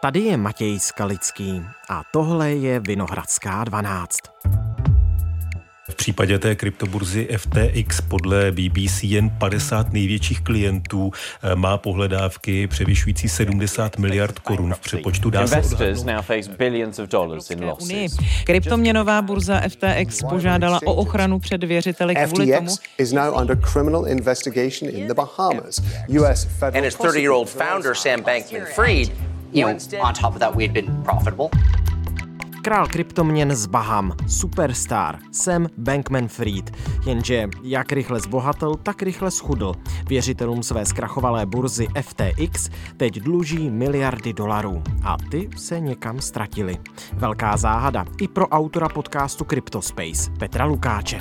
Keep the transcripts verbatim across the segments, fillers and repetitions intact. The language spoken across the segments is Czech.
Tady je Matěj Skalický a tohle je Vinohradská dvanáct. V případě té kryptoburzy F T X podle B B C jen padesát největších klientů má pohledávky převyšující sedmdesát miliard korun v přepočtu. Dá se Unii. Kryptoměnová burza F T X požádala o ochranu před věřiteli kvůli tomu. F T X is now under criminal investigation in the Bahamas. U S federal and his thirty-year-old founder Sam Bankman-Fried, you know, on top of that we had been profitable. Král kryptoměn z Baham, superstar Sam Bankman-Fried, jenže jak rychle zbohatl, tak rychle schudl. Věřitelům své zkrachovalé burzy F T X teď dluží miliardy dolarů a ty se někam ztratily. Velká záhada i pro autora podcastu Cryptospace Petra Lukáče.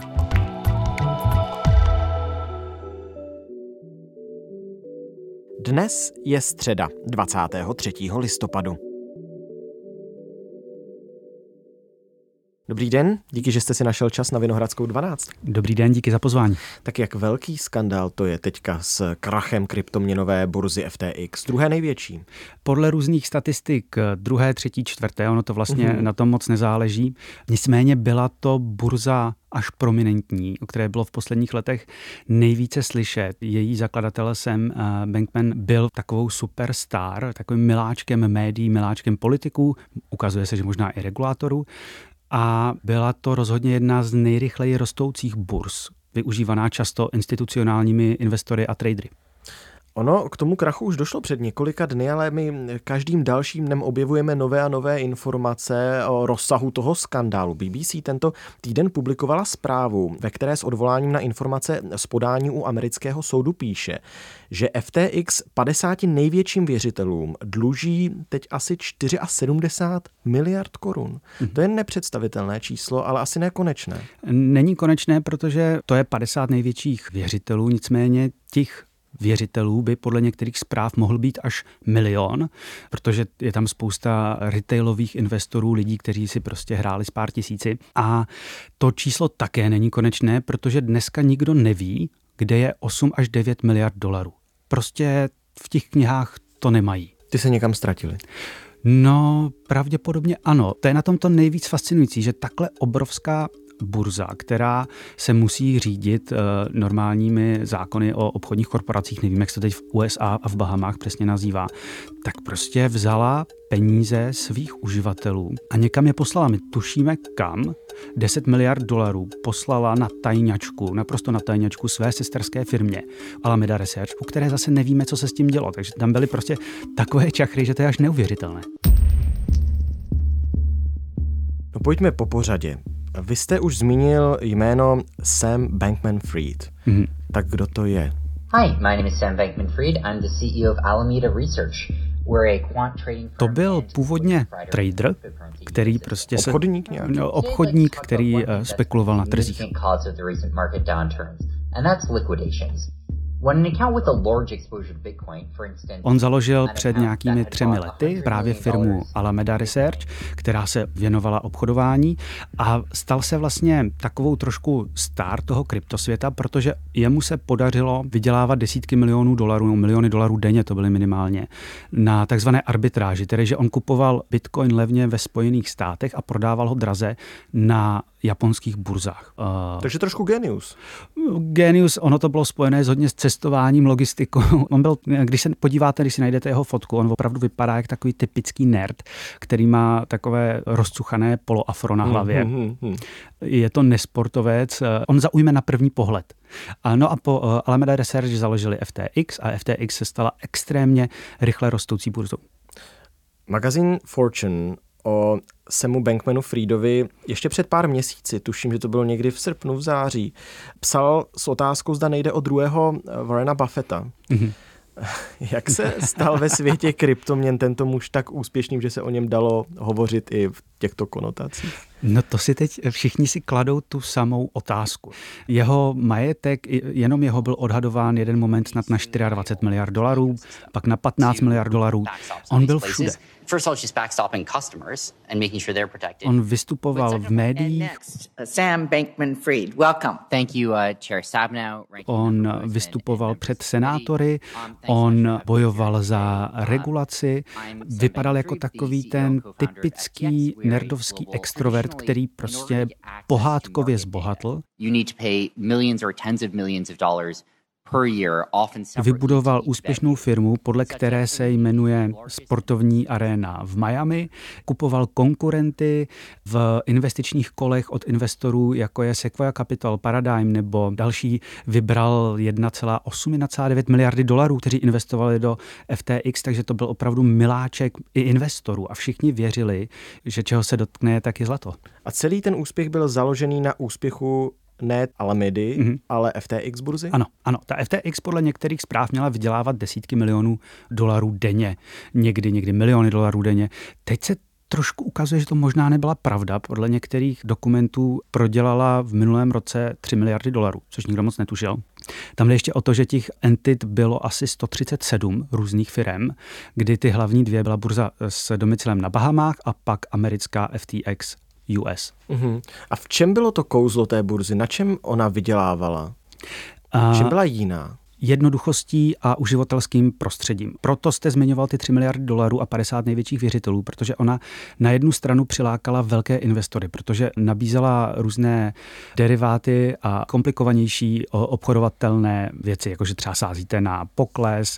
Dnes je středa, dvacátého třetího listopadu. Dobrý den, díky, že jste si našel čas na Vinohradskou dvanáct. Dobrý den, díky za pozvání. Tak jak velký skandál to je teďka s krachem kryptoměnové burzy F T X? Druhé největší. Podle různých statistik druhé, třetí, čtvrté, ono to vlastně uhum. na tom moc nezáleží. Nicméně byla to burza až prominentní, o které bylo v posledních letech nejvíce slyšet. Její zakladatel Sam Bankman byl takovou superstar, takovým miláčkem médií, miláčkem politiků, ukazuje se, že možná i regulátorů. A byla to rozhodně jedna z nejrychleji rostoucích burz, využívaná často institucionálními investory a tradery. Ono k tomu krachu už došlo před několika dny, ale my každým dalším dnem objevujeme nové a nové informace o rozsahu toho skandálu. B B C tento týden publikovala zprávu, ve které s odvoláním na informace z podání u amerického soudu píše, že F T X padesáti největším věřitelům dluží teď asi sedmdesát čtyři miliard korun. Hmm. To je nepředstavitelné číslo, ale asi nekonečné. Není konečné, protože to je padesát největších věřitelů, nicméně těch věřitelů by podle některých zpráv mohl být až milion, protože je tam spousta retailových investorů, lidí, kteří si prostě hráli s pár tisíci. A to číslo také není konečné, protože dneska nikdo neví, kde je osm až devět miliard dolarů. Prostě v těch knihách to nemají. Ty se někam ztratili. No, pravděpodobně ano. To je na tom to nejvíc fascinující, že takhle obrovská burza, která se musí řídit uh, normálními zákony o obchodních korporacích, nevím, jak se to teď v U S A a v Bahamách přesně nazývá, tak prostě vzala peníze svých uživatelů a někam je poslala. My tušíme kam. deset miliard dolarů poslala na tajňačku, naprosto na tajňačku své sesterské firmě Alameda Research, u které zase nevíme, co se s tím dělo. Takže tam byly prostě takové čachry, že to je až neuvěřitelné. No pojďme po pořadě. Vy jste už zmínil jméno Sam Bankman-Fried. Mm-hmm. Tak kdo to je? Hi, my name is Sam Bankman-Fried. I'm the C E O of Alameda Research. We're a quant trading firm. To byl původně trader, který prostě se... Obchodník nějak? No, obchodník, který uh, spekuloval na trzích. On založil před nějakými třemi lety právě firmu Alameda Research, která se věnovala obchodování a stal se vlastně takovou trošku star toho kryptosvěta, protože jemu se podařilo vydělávat desítky milionů dolarů, miliony dolarů denně to byly minimálně, na takzvané arbitráži, tedy že on kupoval bitcoin levně ve Spojených státech a prodával ho draze na japonských burzách. Takže trošku genius. Genius, ono to bylo spojené s hodně s cestováním, logistikou. On byl, když se podíváte, když si najdete jeho fotku, on opravdu vypadá jak takový typický nerd, který má takové rozcuchané poloafro na hlavě. Hmm, hmm, hmm. Je to nesportovec, on zaujme na první pohled. No a po Alameda Research založili F T X a F T X se stala extrémně rychle rostoucí burzou. Magazín Fortune o Samu Bankmanu-Friedovi ještě před pár měsíci, tuším, že to bylo někdy v srpnu, v září, psal s otázkou, zda nejde o druhého Warrena Buffetta. Mm-hmm. Jak se stal ve světě kryptoměn tento muž tak úspěšným, že se o něm dalo hovořit i v těchto konotacích? No to si teď všichni si kladou tu samou otázku. Jeho majetek, jenom jeho byl odhadován jeden moment snad na dvacet čtyři miliard dolarů, pak na patnáct miliard dolarů. On byl všude. On vystupoval v médiích. Sam Bankman-Fried, welcome. Thank you, uh, Chair Stabenow. On vystupoval před senátory, on bojoval za regulaci, vypadal jako takový ten typický nerdovský extrovert, který prostě pohádkově zbohatl. Vybudoval úspěšnou firmu, podle které se jmenuje Sportovní aréna v Miami. Kupoval konkurenty v investičních kolech od investorů, jako je Sequoia Capital, Paradigm nebo další. Vybral jedna celá osmdesát devět miliardy dolarů, kteří investovali do F T X, takže to byl opravdu miláček i investorů. A všichni věřili, že čeho se dotkne, tak je zlato. A celý ten úspěch byl založený na úspěchu ne Alamedy, mm-hmm. ale F T X burzy? Ano, ano. Ta F T X podle některých zpráv měla vydělávat desítky milionů dolarů denně. Někdy, někdy miliony dolarů denně. Teď se trošku ukazuje, že to možná nebyla pravda. Podle některých dokumentů prodělala v minulém roce tři miliardy dolarů, což nikdo moc netušil. Tam jde ještě o to, že těch entit bylo asi sto třicet sedm různých firem, kdy ty hlavní dvě byla burza s domicilem na Bahamách a pak americká F T X U S. Uhum. A v čem bylo to kouzlo té burzy? Na čem ona vydělávala? V čem byla jiná? Jednoduchostí a uživatelským prostředím. Proto jste zmiňoval ty tři miliardy dolarů a padesát největších věřitelů, protože ona na jednu stranu přilákala velké investory, protože nabízela různé deriváty a komplikovanější obchodovatelné věci, jakože třeba sázíte na pokles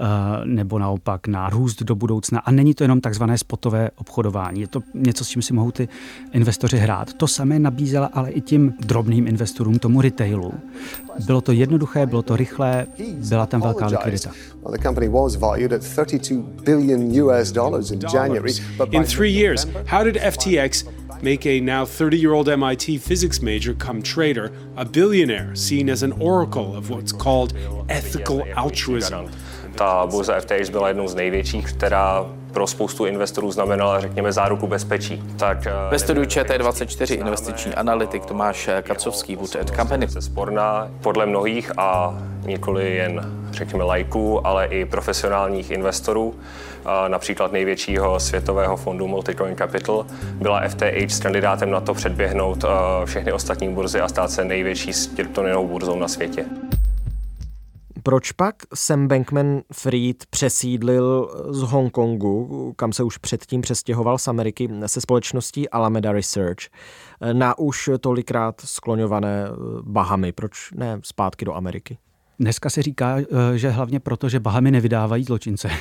nebo naopak na růst do budoucna. A není to jenom takzvané spotové obchodování. Je to něco, s čím si mohou ty investoři hrát. To samé nabízela ale i tím drobným investorům, tomu retailu. Bylo to jednoduché, bylo to rychlé, byla tam velká likvidita. The company was valued at thirty-two billion U S dollars in January. In three years, how did F T X make a now thirty-year-old M I T physics major come trader, a billionaire seen as an oracle of what's called ethical altruism? Ta burza F T X byla jednou z největších, která pro spoustu investorů znamenala, řekněme, záruku bezpečí. Tak, ve studiu Č T dvacet čtyři investiční analytik Tomáš Kacovský, Wood and Company. Je sporná podle mnohých a nikoli jen, řekněme, laiků, ale i profesionálních investorů. Například největšího světového fondu Multicoin Capital byla F T X kandidátem na to předběhnout všechny ostatní burzy a stát se největší kryptoměnovou burzou na světě. Proč pak Sam Bankman-Fried přesídlil z Hongkongu, kam se už předtím přestěhoval z Ameriky, se společností Alameda Research, na už tolikrát skloňované Bahamy? Proč ne zpátky do Ameriky? Dneska se říká, že hlavně proto, že Bahamy nevydávají zločince.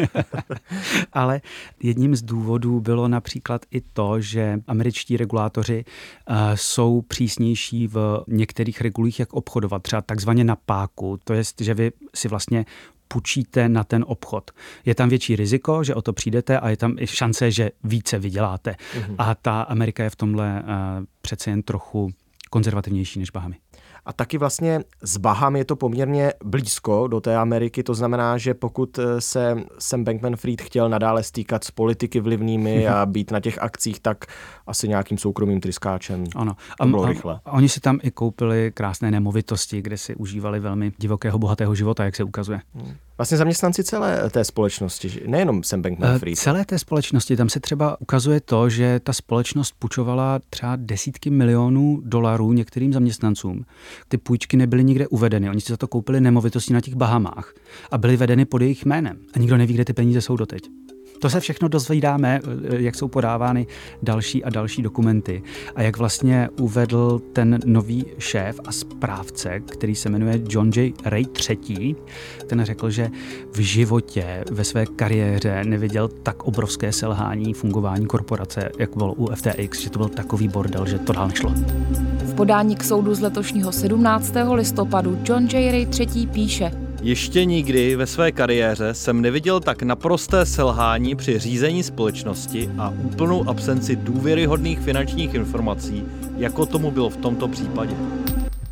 Ale jedním z důvodů bylo například i to, že američtí regulátoři jsou přísnější v některých regulích, jak obchodovat, třeba takzvaně na páku. To je, že vy si vlastně půjčíte na ten obchod. Je tam větší riziko, že o to přijdete a je tam i šance, že více vyděláte. Mm-hmm. A ta Amerika je v tomhle přece jen trochu konzervativnější než Bahamy. A taky vlastně z Baham je to poměrně blízko do té Ameriky, to znamená, že pokud se Sam Bankman-Fried chtěl nadále stýkat s politiky vlivnými a být na těch akcích, tak asi nějakým soukromým tryskáčem. Ano. To bylo rychle. A oni si tam i koupili krásné nemovitosti, kde si užívali velmi divokého, bohatého života, jak se ukazuje. Hmm. Vlastně zaměstnanci celé té společnosti, nejenom Sam Bankman-Fried. Celé té společnosti, tam se třeba ukazuje to, že ta společnost půjčovala třeba desítky milionů dolarů některým zaměstnancům. Ty půjčky nebyly nikde uvedeny, oni si za to koupili nemovitosti na těch Bahamách a byly vedeny pod jejich jménem. A nikdo neví, kde ty peníze jsou doteď. To se všechno dozvídáme, jak jsou podávány další a další dokumenty a jak vlastně uvedl ten nový šéf a správce, který se jmenuje John J. Ray třetí. Ten řekl, že v životě, ve své kariéře neviděl tak obrovské selhání fungování korporace, jak bylo u F T X, že to byl takový bordel, že to dál nešlo. V podání k soudu z letošního sedmnáctého listopadu John J. Ray třetí píše: Ještě nikdy ve své kariéře jsem neviděl tak naprosté selhání při řízení společnosti a úplnou absenci důvěryhodných finančních informací, jako tomu bylo v tomto případě.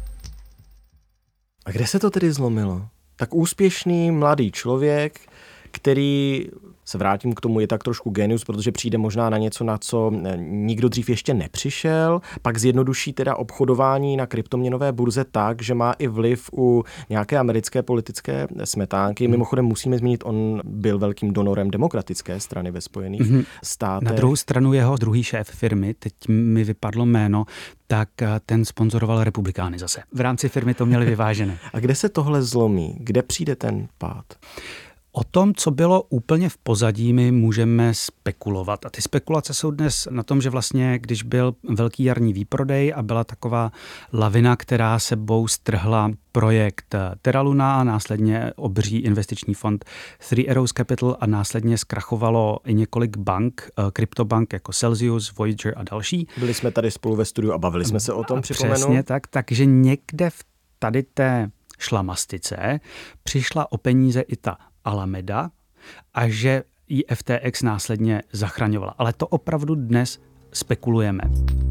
A kde se to tedy zlomilo? Tak úspěšný mladý člověk, který, se vrátím k tomu, je tak trošku genius, protože přijde možná na něco, na co nikdo dřív ještě nepřišel, pak zjednoduší teda obchodování na kryptoměnové burze tak, že má i vliv u nějaké americké politické smetánky. Mimochodem musíme zmínit, on byl velkým donorem demokratické strany ve Spojených mm-hmm. státech. Na druhou stranu jeho druhý šéf firmy, teď mi vypadlo jméno, tak ten sponzoroval republikány zase. V rámci firmy to měli vyvážené. A kde se tohle zlomí? Kde přijde ten pád? O tom, co bylo úplně v pozadí, my můžeme spekulovat. A ty spekulace jsou dnes na tom, že vlastně, když byl velký jarní výprodej a byla taková lavina, která sebou strhla projekt Terra Luna a následně obří investiční fond Three Arrows Capital a následně zkrachovalo i několik bank, kryptobank jako Celsius, Voyager a další. Byli jsme tady spolu ve studiu a bavili jsme se o tom, připomenu. Přesně tak, takže někde v tady té šlamastice přišla o peníze i ta Alameda a že ji F T X následně zachraňovala. Ale to opravdu dnes spekulujeme.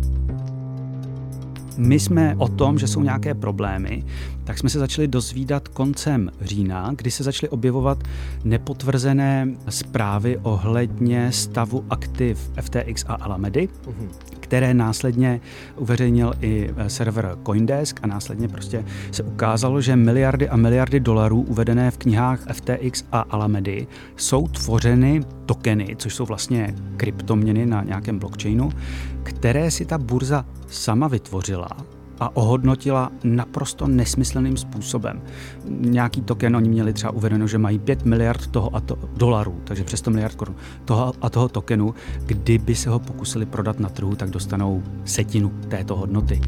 My jsme o tom, že jsou nějaké problémy, tak jsme se začali dozvídat koncem října, kdy se začaly objevovat nepotvrzené zprávy ohledně stavu aktiv F T X a Alamedy, uhum. které následně uveřejnil i server Coindesk a následně prostě se ukázalo, že miliardy a miliardy dolarů uvedené v knihách F T X a Alamedy jsou tvořeny tokeny, což jsou vlastně kryptoměny na nějakém blockchainu, které si ta burza sama vytvořila a ohodnotila naprosto nesmyslným způsobem. Nějaký token, oni měli třeba uvedeno, že mají pět miliard toho a to dolarů, takže přes sto miliard korun toho a toho tokenu, kdyby se ho pokusili prodat na trhu, tak dostanou setinu této hodnoty.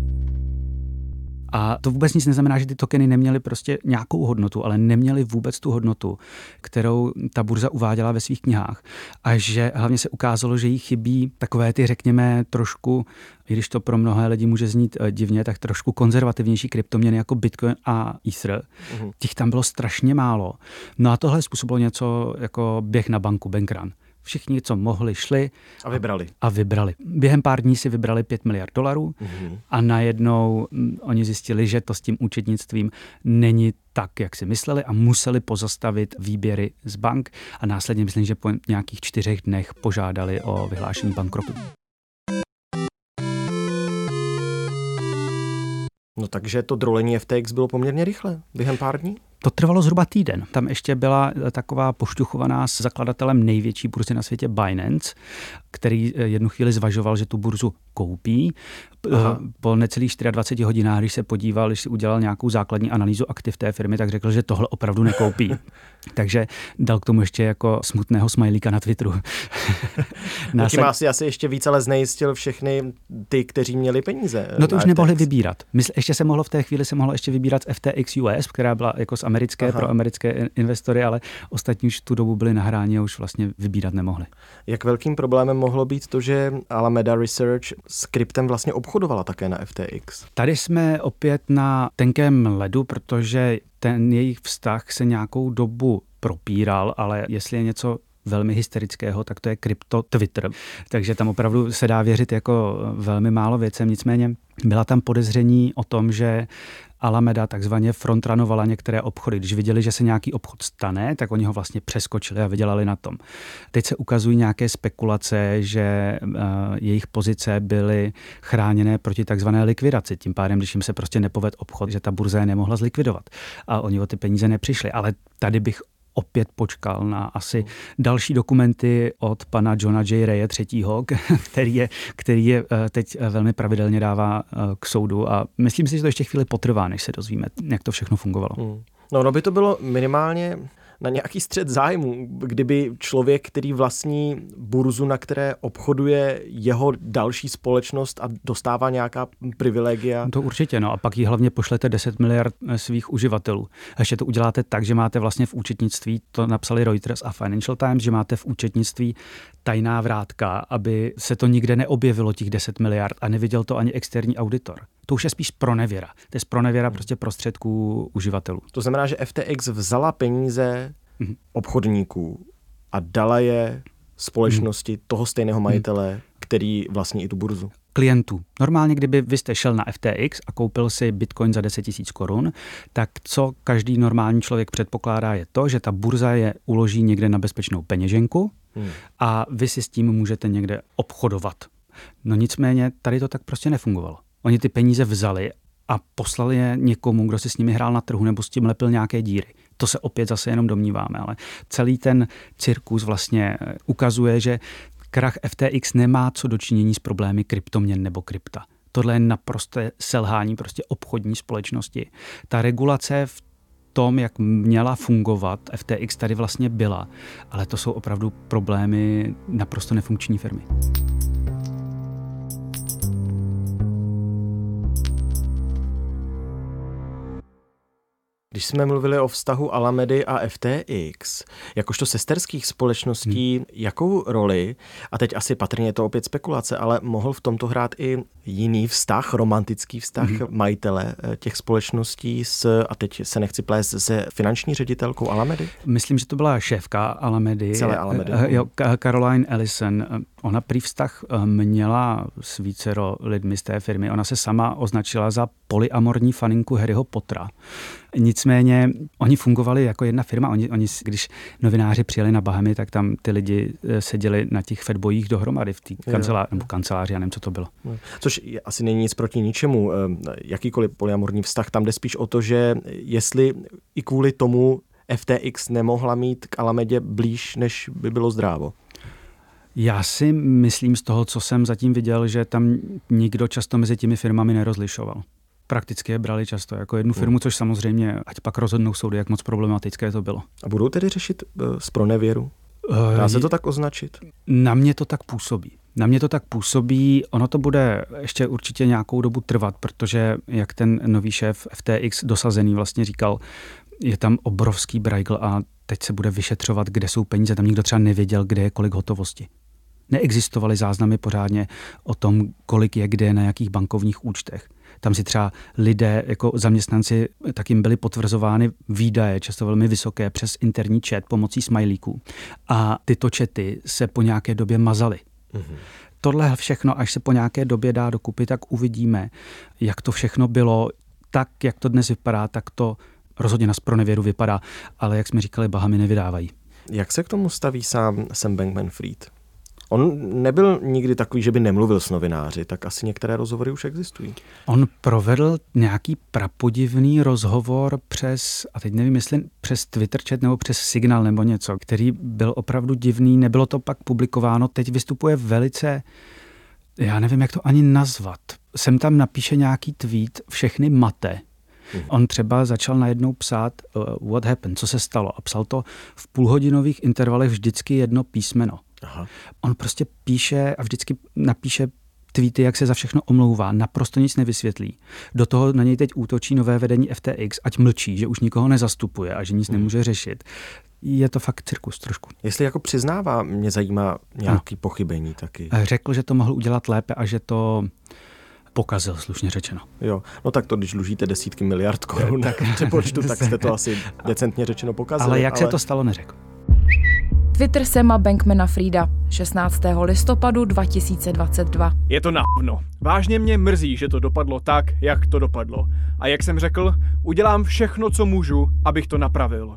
A to vůbec nic neznamená, že ty tokeny neměly prostě nějakou hodnotu, ale neměly vůbec tu hodnotu, kterou ta burza uváděla ve svých knihách. A že hlavně se ukázalo, že jí chybí takové ty, řekněme, trošku, i když to pro mnohé lidi může znít divně, tak trošku konzervativnější kryptoměny jako Bitcoin a Ether. Uhum. Těch tam bylo strašně málo. No a tohle způsobilo něco jako běh na banku, bankrun. Všichni, co mohli, šli a vybrali. A vybrali. Během pár dní si vybrali pět miliard dolarů mm-hmm. a najednou m, oni zjistili, že to s tím účetnictvím není tak, jak si mysleli a museli pozastavit výběry z bank a následně myslím, že po nějakých čtyřech dnech požádali o vyhlášení bankrotu. No takže to drolení F T X bylo poměrně rychle, během pár dní? To trvalo zhruba týden. Tam ještě byla taková pošťuchovaná s zakladatelem největší burzy na světě Binance, který jednu chvíli zvažoval, že tu burzu koupí. Aha. Po necelých dvaceti čtyřech hodinách, když se podíval, když si udělal nějakou základní analýzu aktiv té firmy, tak řekl, že tohle opravdu nekoupí. Takže dal k tomu ještě jako smutného smajlíka na Twitteru. No tím asi, asi ještě víc, ale znejistil všechny ty, kteří měli peníze. No to už nemohli vybírat. Mysl, ještě se mohlo v té chvíli se mohlo ještě vybírat z F T X U S, která byla jako z americké, Aha. pro americké investory, ale ostatní už tu dobu byli nahráni a už vlastně vybírat nemohli. Jak velkým problémem mohlo být to, že Alameda Research s kryptem vlastně obchodovala také na F T X? Tady jsme opět na tenkém ledu, protože ten jejich vztah se nějakou dobu propíral, ale jestli je něco velmi hysterického, tak to je krypto Twitter. Takže tam opravdu se dá věřit jako velmi málo věcem. Nicméně byla tam podezření o tom, že Alameda takzvaně frontranovala některé obchody. Když viděli, že se nějaký obchod stane, tak oni ho vlastně přeskočili a vydělali na tom. Teď se ukazují nějaké spekulace, že uh, jejich pozice byly chráněné proti takzvané likvidaci. Tím pádem, když jim se prostě nepovedl obchod, že ta burza je nemohla zlikvidovat. A oni o ty peníze nepřišli. Ale tady bych opět počkal na asi další dokumenty od pana Johna J. Raye třetího, který je, který je teď velmi pravidelně dává k soudu a myslím si, že to ještě chvíli potrvá, než se dozvíme, jak to všechno fungovalo. Hmm. No, no by to bylo minimálně na nějaký střet zájmu, kdyby člověk, který vlastní burzu, na které obchoduje jeho další společnost a dostává nějaká privilegia. To určitě, no a pak jí hlavně pošlete deset miliard svých uživatelů. A ještě to uděláte tak, že máte vlastně v účetnictví, to napsali Reuters a Financial Times, že máte v účetnictví tajná vrátka, aby se to nikde neobjevilo těch deset miliard a neviděl to ani externí auditor. To už je spíš pronevěra. To je pronevěra prostě prostředků uživatelů. To znamená, že F T X vzala peníze mm. obchodníků a dala je společnosti mm. toho stejného majitele, který vlastní i tu burzu. klientů. Normálně, kdyby vy jste šel na F T X a koupil si bitcoin za deset tisíc korun, tak co každý normální člověk předpokládá je to, že ta burza je uloží někde na bezpečnou peněženku hmm. a vy si s tím můžete někde obchodovat. No nicméně tady to tak prostě nefungovalo. Oni ty peníze vzali a poslali je někomu, kdo si s nimi hrál na trhu nebo s tím lepil nějaké díry. To se opět zase jenom domníváme, ale celý ten cirkus vlastně ukazuje, že krach F T X nemá co dočinění s problémy kryptoměn nebo krypta. Tohle je naprosté selhání prostě obchodní společnosti. Ta regulace v tom, jak měla fungovat F T X, tady vlastně byla, ale to jsou opravdu problémy naprosto nefunkční firmy. Když jsme mluvili o vztahu Alamedy a F T X, jakožto sesterských společností, hmm. jakou roli, a teď asi patrně je to opět spekulace, ale mohl v tomto hrát i jiný vztah, romantický vztah hmm. majitele těch společností s, a teď se nechci plést, se finanční ředitelkou Alamedy? Myslím, že to byla šéfka Alamedy. Celé Alamedy. Jo, Caroline Ellison. Ona prý vztah měla s vícero lidmi z té firmy. Ona se sama označila za polyamorní faninku Harryho Pottera. Nicméně oni fungovali jako jedna firma. Oni, oni, když novináři přijeli na Bahamy, tak tam ty lidi seděli na těch fatbojích dohromady v té kanceláři, nebo kanceláři, já nevím, co to bylo. Což asi není nic proti ničemu. Jakýkoliv polyamorní vztah, tam jde spíš o to, že jestli i kvůli tomu F T X nemohla mít k Alamedě blíž, než by bylo zdrávo. Já si myslím z toho, co jsem zatím viděl, že tam nikdo často mezi těmi firmami nerozlišoval. Prakticky je brali často jako jednu firmu, což samozřejmě, ať pak rozhodnou soudy, jak moc problematické to bylo. A budou tedy řešit uh, zpronevěru? Dá se to tak označit? Na mě to tak působí. Na mě to tak působí, ono to bude ještě určitě nějakou dobu trvat, protože jak ten nový šéf F T X dosazený vlastně říkal, je tam obrovský brajgl a teď se bude vyšetřovat, kde jsou peníze. Tam nikdo třeba nevěděl, kde je kolik hotovosti. Neexistovaly záznamy pořádně o tom, kolik je kde na jakých bankovních účtech. Tam si třeba lidé jako zaměstnanci, tak jim byly potvrzovány výdaje, často velmi vysoké, přes interní chat pomocí smajlíků. A tyto chaty se po nějaké době mazaly. Mm-hmm. Tohle všechno, až se po nějaké době dá dokupy, tak uvidíme, jak to všechno bylo. Tak, jak to dnes vypadá, tak to rozhodně na zpronevěru vypadá, ale jak jsme říkali, Bahamy nevydávají. Jak se k tomu staví sám Sam Bankman-Fried? On nebyl nikdy takový, že by nemluvil s novináři, tak asi některé rozhovory už existují. On provedl nějaký prapodivný rozhovor přes, a teď nevím, jestli přes Twitter chat nebo přes Signal nebo něco, který byl opravdu divný, nebylo to pak publikováno, teď vystupuje velice, já nevím, jak to ani nazvat. Sem tam napíše nějaký tweet, všechny mate. On třeba začal najednou psát uh, what happened, co se stalo, a psal to v půlhodinových intervalech vždycky jedno písmeno. Aha. On prostě píše a vždycky napíše tweety, jak se za všechno omlouvá, naprosto nic nevysvětlí. Do toho na něj teď útočí nové vedení F T X, ať mlčí, že už nikoho nezastupuje a že nic hmm. nemůže řešit. Je to fakt cirkus trošku. Jestli jako přiznává, mě zajímá nějaké pochybení taky. Řekl, že to mohl udělat lépe a že to pokazil, slušně řečeno. Jo, no tak to, když dlužíte desítky miliard korun tak přepočtu, tak jste to asi decentně řečeno pokazili. Ale jak ale... se to stalo, neřekl. Twitter Sama Bankmana-Frieda, šestnáctého listopadu dva tisíce dvacet dva. Je to na hovno. Vážně mě mrzí, že to dopadlo tak, jak to dopadlo. A jak jsem řekl, udělám všechno, co můžu, abych to napravil.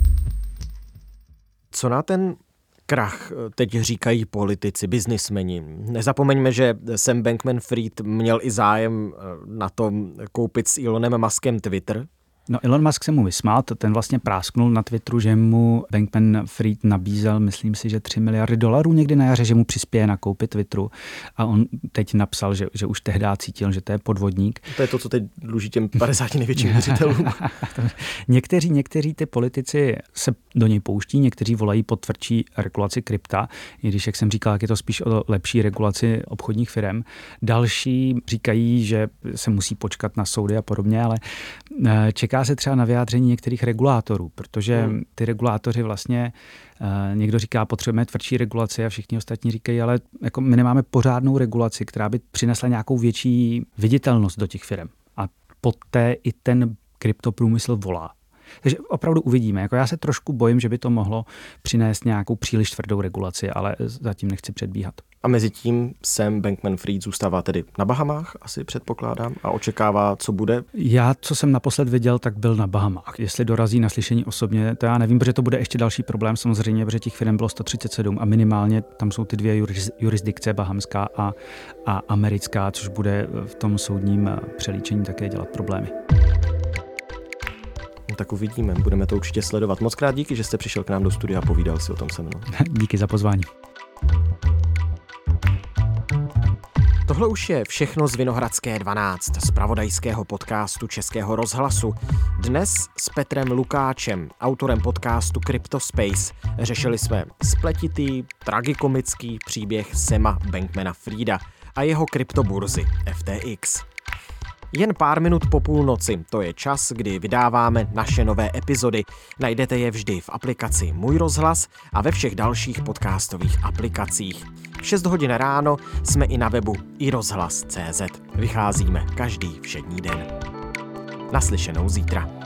Co na ten krach teď říkají politici, biznismeni? Nezapomeňme, že Sam Bankman-Fried měl i zájem na tom koupit s Elonem Muskem Twitter. No, Elon Musk se mu vysmál, ten vlastně prásknul na Twitteru, že mu Bankman-Fried nabízel, myslím si, že tři miliardy dolarů někdy na jaře, že mu přispěje na koupi Twitteru, a on teď napsal, že, že už tehdy cítil, že to je podvodník. To je to, co teď dluží těm padesáti největším věřitelům. někteří, někteří ty politici se do něj pouští, někteří volají po tvrdší regulaci krypta, i když, jak jsem říkal, jak je to spíš o lepší regulaci obchodních firem. Další říkají, že se musí počkat na soudy a podobně, ale čeká se třeba na vyjádření některých regulátorů, protože hmm. ty regulátoři vlastně, uh, někdo říká, potřebujeme tvrdší regulaci a všichni ostatní říkají, ale jako my nemáme pořádnou regulaci, která by přinesla nějakou větší viditelnost do těch firm. A poté i ten kryptoprůmysl volá. Takže opravdu uvidíme. Jako já se trošku bojím, že by to mohlo přinést nějakou příliš tvrdou regulaci, ale zatím nechci předbíhat. A mezi tím Sam Bankman-Fried zůstává tedy na Bahamách, asi předpokládám, a očekává, co bude? Já, co jsem naposled viděl, tak byl na Bahamách. Jestli dorazí na slyšení osobně, to já nevím, protože to bude ještě další problém samozřejmě, protože těch firm bylo sto třicet sedm a minimálně tam jsou ty dvě juris, jurisdikce, bahamská a, a americká, což bude v tom soudním přelíčení také dělat problémy. No, tak uvidíme, budeme to určitě sledovat. Moc krát díky, že jste přišel k nám do studia a povídal si o tom se mnou. Díky za pozvání. Tohle už je všechno z Vinohradské dvanáct, z zpravodajského podcastu Českého rozhlasu. Dnes s Petrem Lukáčem, autorem podcastu CryptoSpace. Řešili jsme spletitý, tragikomický příběh Sama Bankmana-Frieda a jeho kryptoburzy F T X. Jen pár minut po půlnoci, to je čas, kdy vydáváme naše nové epizody. Najdete je vždy v aplikaci Můj rozhlas a ve všech dalších podcastových aplikacích. V šest hodin ráno jsme i na webu i rozhlas tečka cé zet. Vycházíme každý všední den. Naslyšenou zítra.